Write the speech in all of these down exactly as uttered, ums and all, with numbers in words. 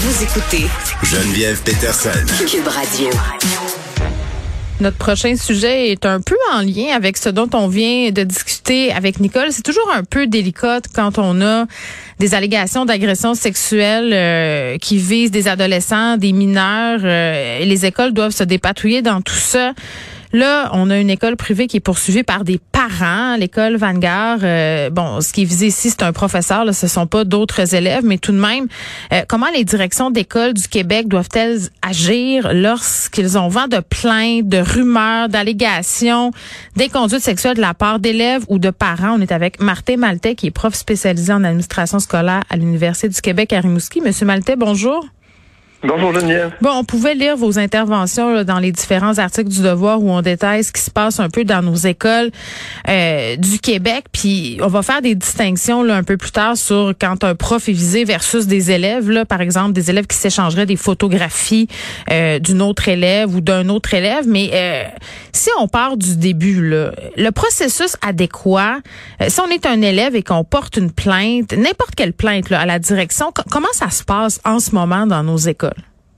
Vous écoutez Geneviève Peterson. Cube Radio. Notre prochain sujet est un peu en lien avec ce dont on vient de discuter avec Nicole. C'est toujours un peu délicat quand on a des allégations d'agression sexuelle euh, qui visent des adolescents, des mineurs. Euh, et les écoles doivent se dépatouiller dans tout ça. Là, on a une école privée qui est poursuivie par des parents, l'école Vanguard. Euh, bon, ce qui est visé ici, c'est un professeur, là, ce sont pas d'autres élèves, mais tout de même, euh, comment les directions d'école du Québec doivent-elles agir lorsqu'ils ont vent de plaintes, de rumeurs, d'allégations, d'inconduite sexuelle de la part d'élèves ou de parents? On est avec Martin Maltais, qui est prof spécialisé en administration scolaire à l'Université du Québec à Rimouski. Monsieur Maltais, bonjour. Bonjour Geneviève. Bon, on pouvait lire vos interventions là, dans les différents articles du Devoir où on détaille ce qui se passe un peu dans nos écoles euh, du Québec. Puis on va faire des distinctions là, un peu plus tard sur quand un prof est visé versus des élèves. Là, par exemple, des élèves qui s'échangeraient des photographies euh, d'une autre élève ou d'un autre élève. Mais euh, si on part du début, là, le processus adéquat, euh, si on est un élève et qu'on porte une plainte, n'importe quelle plainte là, à la direction, c- comment ça se passe en ce moment dans nos écoles?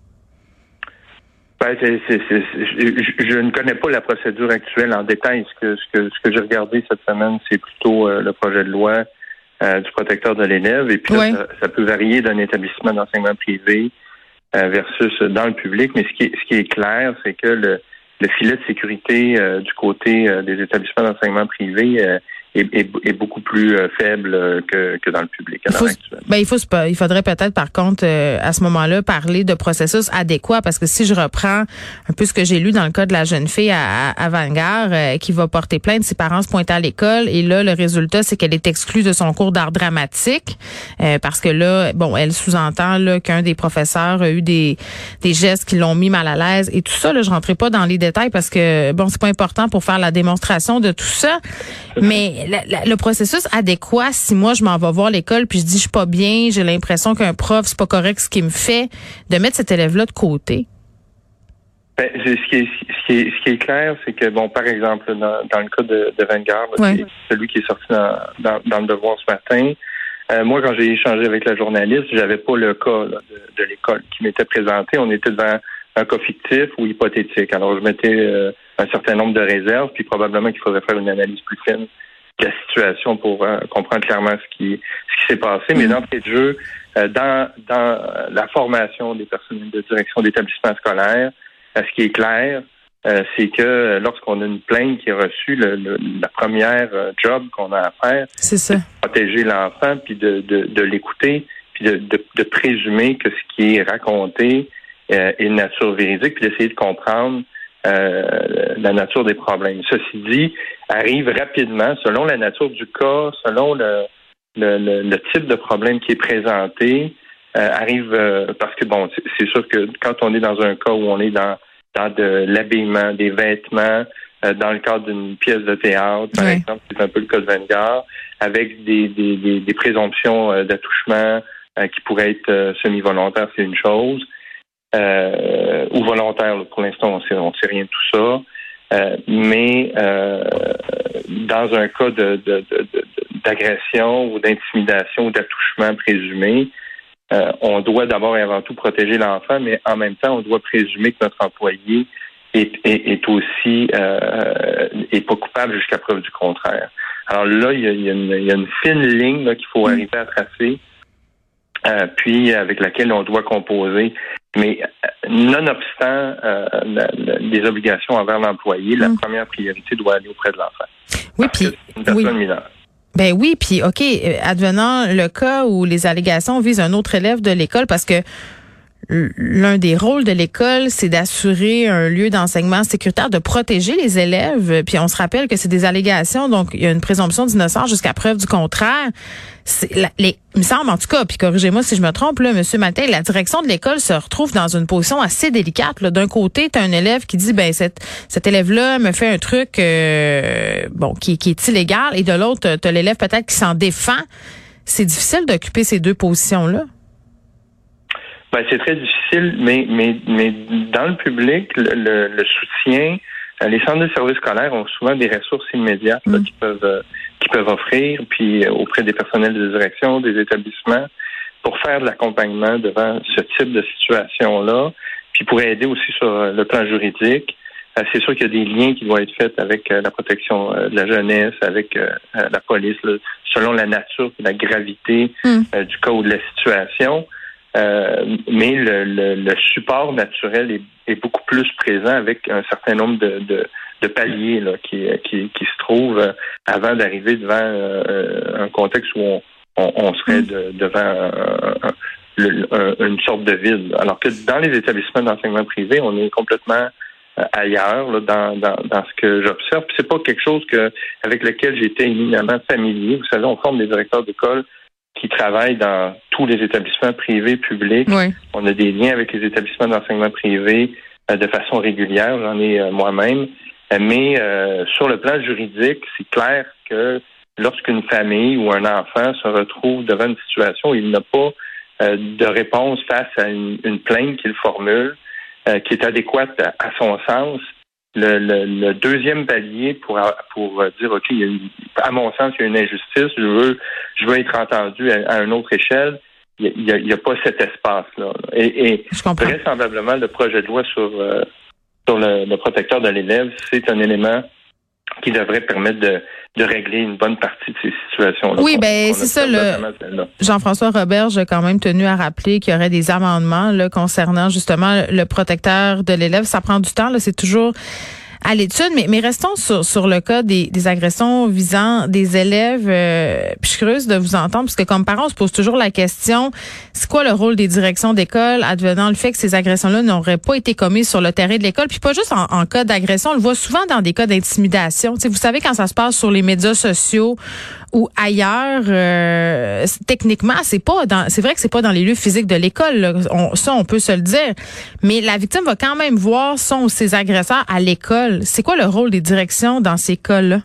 Ben, c'est, c'est, c'est, je, je ne connais pas la procédure actuelle en détail. Ce que, ce que, ce que j'ai regardé cette semaine, c'est plutôt euh, le projet de loi euh, du protecteur de l'élève. Et puis là, oui. ça, ça peut varier d'un établissement d'enseignement privé euh, versus dans le public. Mais ce qui est, ce qui est clair, c'est que le, le filet de sécurité euh, du côté euh, des établissements d'enseignement privé euh, Est, est, est beaucoup plus euh, faible que, que dans le public à l'heure actuelle. Ben, il faut, il faudrait peut-être, par contre, euh, à ce moment-là, parler de processus adéquat, parce que si je reprends un peu ce que j'ai lu dans le cas de la jeune fille à, à Vanguard, euh, qui va porter plainte, ses parents se pointent à l'école, et là, le résultat, c'est qu'elle est exclue de son cours d'art dramatique, euh, parce que là, bon, elle sous-entend là qu'un des professeurs a eu des, des gestes qui l'ont mis mal à l'aise, et tout ça, là, je rentrerai pas dans les détails, parce que, bon, c'est pas important pour faire la démonstration de tout ça, mais La, la, le processus adéquat, si moi je m'en vais voir l'école puis je dis je suis pas bien, j'ai l'impression qu'un prof c'est pas correct ce qu'il me fait, de mettre cet élève-là de côté. Ben, ce qui est ce qui est ce qui est clair, c'est que bon, par exemple, dans, dans le cas de, de Vanguard, là, ouais. celui qui est sorti dans, dans, dans le Devoir ce matin, euh, moi quand j'ai échangé avec la journaliste, j'avais pas le cas là, de, de l'école qui m'était présenté. On était devant un cas fictif ou hypothétique. Alors je mettais euh, un certain nombre de réserves, puis probablement qu'il faudrait faire une analyse plus fine la situation pour euh, comprendre clairement ce qui ce qui s'est passé. Mais d'entrée de jeu, euh, dans dans la formation des personnels de direction d'établissement scolaire, euh, ce qui est clair, euh, c'est que lorsqu'on a une plainte qui est reçue, le, le, la première euh, job qu'on a à faire, c'est ça, de protéger l'enfant, puis de, de, de l'écouter, puis de, de, de présumer que ce qui est raconté euh, est de nature véridique, puis d'essayer de comprendre Euh, la nature des problèmes. Ceci dit, arrive rapidement, selon la nature du cas, selon le, le, le, le type de problème qui est présenté, euh, arrive euh, parce que bon, c'est, c'est sûr que quand on est dans un cas où on est dans dans de l'habillement, des vêtements, euh, dans le cadre d'une pièce de théâtre, par oui. exemple, c'est un peu le cas de Vanguard, avec des des, des, des présomptions euh, d'attouchement euh, qui pourraient être euh, semi-volontaires, c'est une chose. Euh, ou volontaire, là, pour l'instant, on sait, on sait rien de tout ça. Euh, mais euh, dans un cas de, de, de, de, d'agression ou d'intimidation ou d'attouchement présumé, euh, on doit d'abord et avant tout protéger l'enfant, mais en même temps, on doit présumer que notre employé est, est, est aussi euh, est pas coupable jusqu'à preuve du contraire. Alors là, il y a, il y a, une, il y a une fine ligne là, qu'il faut arriver à tracer. Euh, puis avec laquelle on doit composer. Mais nonobstant euh, la, la, les obligations envers l'employé, la mmh. première priorité doit aller auprès de l'enfant. Oui, parce puis que c'est une personne oui. mineure. Ben oui, puis OK, advenant le cas où les allégations visent un autre élève de l'école, parce que l'un des rôles de l'école, c'est d'assurer un lieu d'enseignement sécuritaire, de protéger les élèves. Puis on se rappelle que c'est des allégations, donc il y a une présomption d'innocence jusqu'à preuve du contraire. C'est la, les, il me semble, en tout cas, puis corrigez-moi si je me trompe, là, Monsieur Maltais, la direction de l'école se retrouve dans une position assez délicate. Là. D'un côté, tu as un élève qui dit, ben cette, cet élève-là me fait un truc euh, bon qui, qui est illégal, et de l'autre, tu as l'élève peut-être qui s'en défend. C'est difficile d'occuper ces deux positions-là. Ben, c'est très difficile, mais, mais, mais dans le public, le, le, le soutien, euh, les centres de services scolaires ont souvent des ressources immédiates là, mmh. qui peuvent euh, qui peuvent offrir, puis euh, auprès des personnels de direction, des établissements, pour faire de l'accompagnement devant ce type de situation-là, puis pour aider aussi sur le plan juridique. Euh, c'est sûr qu'il y a des liens qui doivent être faits avec euh, la protection euh, de la jeunesse, avec euh, la police, là, selon la nature et la gravité mm. euh, du cas ou de la situation. Euh, mais le, le, le support naturel est, est beaucoup plus présent avec un certain nombre de, de, de paliers là, qui, qui, qui se trouvent avant d'arriver devant euh, un contexte où on, on, on serait de, devant un, un, le, un, une sorte de vide. Alors que dans les établissements d'enseignement privé, on est complètement ailleurs là, dans, dans, dans ce que j'observe. Puis c'est pas quelque chose que avec lequel j'étais éminemment familier. Vous savez, on forme des directeurs d'école qui travaillent dans tous les établissements privés, publics. Oui. On a des liens avec les établissements d'enseignement privé euh, de façon régulière. J'en ai euh, moi-même. Euh, mais euh, sur le plan juridique, c'est clair que lorsqu'une famille ou un enfant se retrouve devant une situation où il n'a pas euh, de réponse face à une, une plainte qu'il formule, euh, qui est adéquate à, à son sens, Le, le, le deuxième palier pour pour dire ok, il y a une, à mon sens, il y a une injustice, je veux je veux être entendu à, à une autre échelle. Il n'y a, il y a pas cet espace-là. Et, et vraisemblablement, le projet de loi sur euh, sur le, le protecteur de l'élève, c'est un élément qui devrait permettre de, de régler une bonne partie de ces situations-là. Oui, ben c'est ça. Le Jean-François Roberge a quand même tenu à rappeler qu'il y aurait des amendements là, concernant justement le protecteur de l'élève. Ça prend du temps, là, c'est toujours à l'étude, mais, mais restons sur, sur le cas des, des agressions visant des élèves. Euh, puis je suis curieuse de vous entendre, parce que comme parents, on se pose toujours la question, c'est quoi le rôle des directions d'école advenant le fait que ces agressions-là n'auraient pas été commises sur le terrain de l'école, puis pas juste en, en cas d'agression, on le voit souvent dans des cas d'intimidation. Tu sais, vous savez, quand ça se passe sur les médias sociaux ou ailleurs, euh, techniquement, c'est pas dans, c'est vrai que c'est pas dans les lieux physiques de l'école, là. On, ça, on peut se le dire. Mais la victime va quand même voir son ou ses agresseurs à l'école. C'est quoi le rôle des directions dans ces cas-là?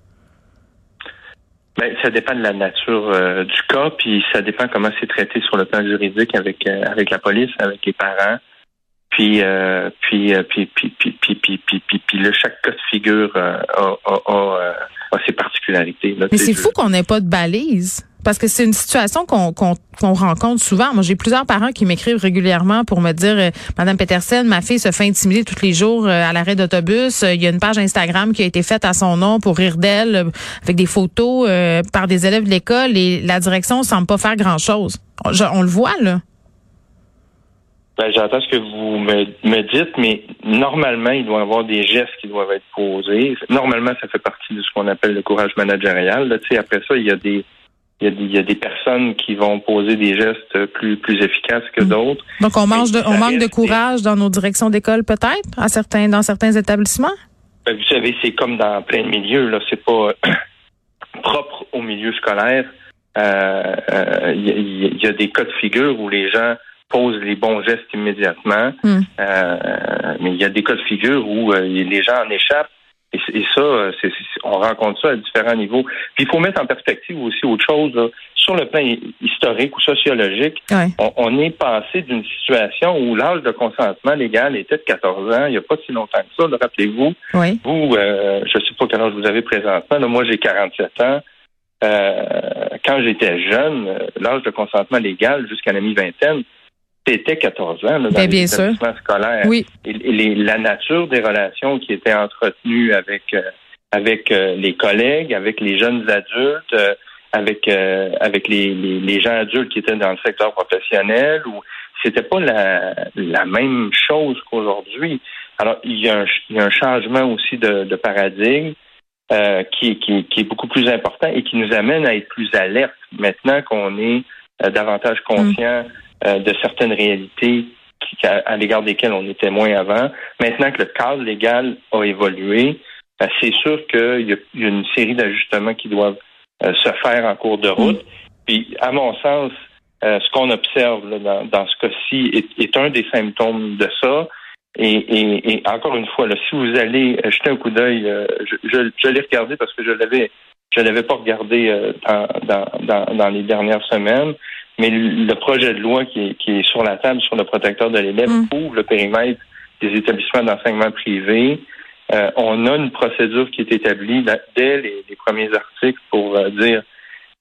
Ben, ça dépend de la nature euh, du cas, puis ça dépend comment c'est traité sur le plan juridique avec euh, avec la police, avec les parents. Puis euh, puis, euh, puis puis puis puis puis puis puis puis le chaque cas de figure euh, a, a, a, a ses particularités. Là, mais c'est fou qu'on n'ait pas de balise. Parce que c'est une situation qu'on qu'on qu'on rencontre souvent. Moi, j'ai plusieurs parents qui m'écrivent régulièrement pour me dire euh, Madame Petersen, ma fille se fait intimider tous les jours euh, à l'arrêt d'autobus. Euh, il y a une page Instagram qui a été faite à son nom pour rire d'elle, euh, avec des photos euh, par des élèves de l'école, et la direction semble pas faire grand-chose. On, je, on le voit, là. Ben, j'entends ce que vous me, me dites, mais normalement, il doit y avoir des gestes qui doivent être posés. Normalement, ça fait partie de ce qu'on appelle le courage managérial. Là, tu sais, après ça, il y a des Il y, a des, il y a des personnes qui vont poser des gestes plus plus efficaces que d'autres. Donc on mange de, on manque de courage dans nos directions d'école peut-être à certains dans certains établissements. Ben, vous savez, c'est comme dans plein de milieux là, c'est pas propre au milieu scolaire. Euh, euh, il, y a, il y a des cas de figure où les gens posent les bons gestes immédiatement, mm. euh, mais il y a des cas de figure où euh, les gens en échappent. Et, et ça, c'est, c'est, on rencontre ça à différents niveaux. Puis il faut mettre en perspective aussi autre chose. Là. Sur le plan historique ou sociologique, ouais. on, on est passé d'une situation où l'âge de consentement légal était de quatorze ans. Il n'y a pas si longtemps que ça, là, rappelez-vous. Oui. Vous, euh, je ne sais pas quel âge vous avez présentement. Là, moi, j'ai quarante-sept ans. Euh, quand j'étais jeune, l'âge de consentement légal jusqu'à la mi-vingtaine, c'était quatorze ans là, dans ben, les établissements scolaires. Oui. Et, et les, la nature des relations qui étaient entretenues avec euh, avec euh, les collègues, avec les jeunes adultes, euh, avec euh, avec les, les, les gens adultes qui étaient dans le secteur professionnel, ou c'était pas la, la même chose qu'aujourd'hui. Alors il y a un, il y a un changement aussi de, de paradigme euh, qui, qui, qui est beaucoup plus important et qui nous amène à être plus alertes maintenant qu'on est euh, davantage conscient. Mmh. de certaines réalités qui, à, à l'égard desquelles on était moins avant. Maintenant que le cadre légal a évolué, ben c'est sûr qu'il y a, il y a une série d'ajustements qui doivent euh, se faire en cours de route. Mmh. Puis, à mon sens, euh, ce qu'on observe là, dans, dans ce cas-ci est, est un des symptômes de ça. Et, et, et encore une fois, là, si vous allez jeter un coup d'œil, euh, je, je, je l'ai regardé parce que je l'avais, je l'avais pas regardé euh, dans, dans, dans, dans les dernières semaines. Mais le projet de loi qui est, qui est sur la table sur le protecteur de l'élève mmh. ouvre le périmètre des établissements d'enseignement privé. Euh, on a une procédure qui est établie là, dès les, les premiers articles pour euh, dire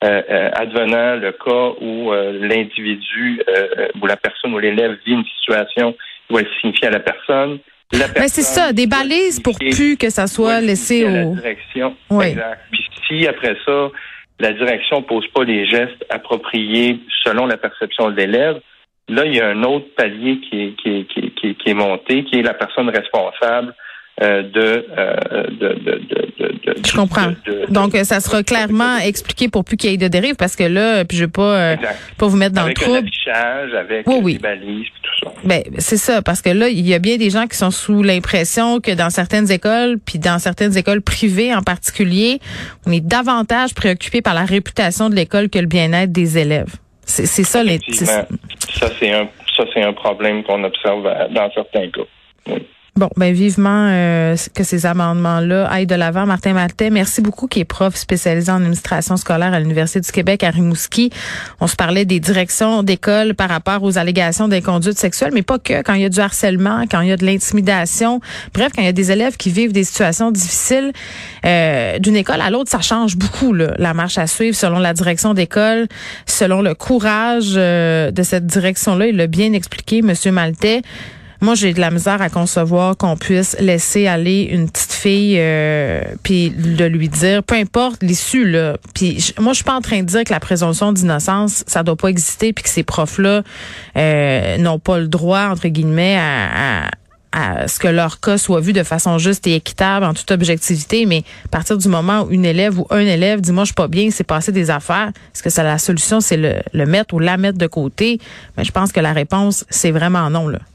euh, euh, advenant le cas où euh, l'individu euh, ou la personne ou l'élève vit une situation, il va le signifier à la personne. La ben c'est ça, des balises pour plus que ça soit laissé au... la direction. Oui. Exact. Puis si après ça, la direction pose pas les gestes appropriés selon la perception de l'élève, là, il y a un autre palier qui est, qui est, qui est, qui est, qui est monté, qui est la personne responsable euh, de, euh, de, de, de, de, de... Je comprends. De, de, Donc, ça sera clairement expliqué pour plus qu'il y ait de dérive, parce que là, puis je veux pas, euh, pas vous mettre dans avec le trouble. Avec un affichage, avec oui, oui. des balises, puis tout ça. Ben, c'est ça, parce que là, il y a bien des gens qui sont sous l'impression que dans certaines écoles, puis dans certaines écoles privées en particulier, on est davantage préoccupé par la réputation de l'école que le bien-être des élèves. C'est, c'est ça, les... C'est... Ça, c'est un, ça, c'est un problème qu'on observe dans certains cas. Oui. Bon, ben vivement euh, que ces amendements-là aillent de l'avant. Martin Maltais, merci beaucoup, qui est prof spécialisé en administration scolaire à l'Université du Québec à Rimouski. On se parlait des directions d'école par rapport aux allégations d'inconduite sexuelle, mais pas que. Quand il y a du harcèlement, quand il y a de l'intimidation, bref, quand il y a des élèves qui vivent des situations difficiles, euh, d'une école à l'autre, ça change beaucoup, là, la marche à suivre selon la direction d'école, selon le courage euh, de cette direction-là. Il l'a bien expliqué, Monsieur Maltais. Moi, j'ai de la misère à concevoir qu'on puisse laisser aller une petite fille euh, puis de lui dire, peu importe l'issue, là. Puis je, moi, je suis pas en train de dire que la présomption d'innocence, ça doit pas exister, puis que ces profs-là euh, n'ont pas le droit, entre guillemets, à, à, à ce que leur cas soit vu de façon juste et équitable, en toute objectivité. Mais à partir du moment où une élève ou un élève dit, moi, je suis pas bien, il s'est passé des affaires, est-ce que ça, la solution, c'est le, le mettre ou la mettre de côté? Mais je pense que la réponse, c'est vraiment non, là.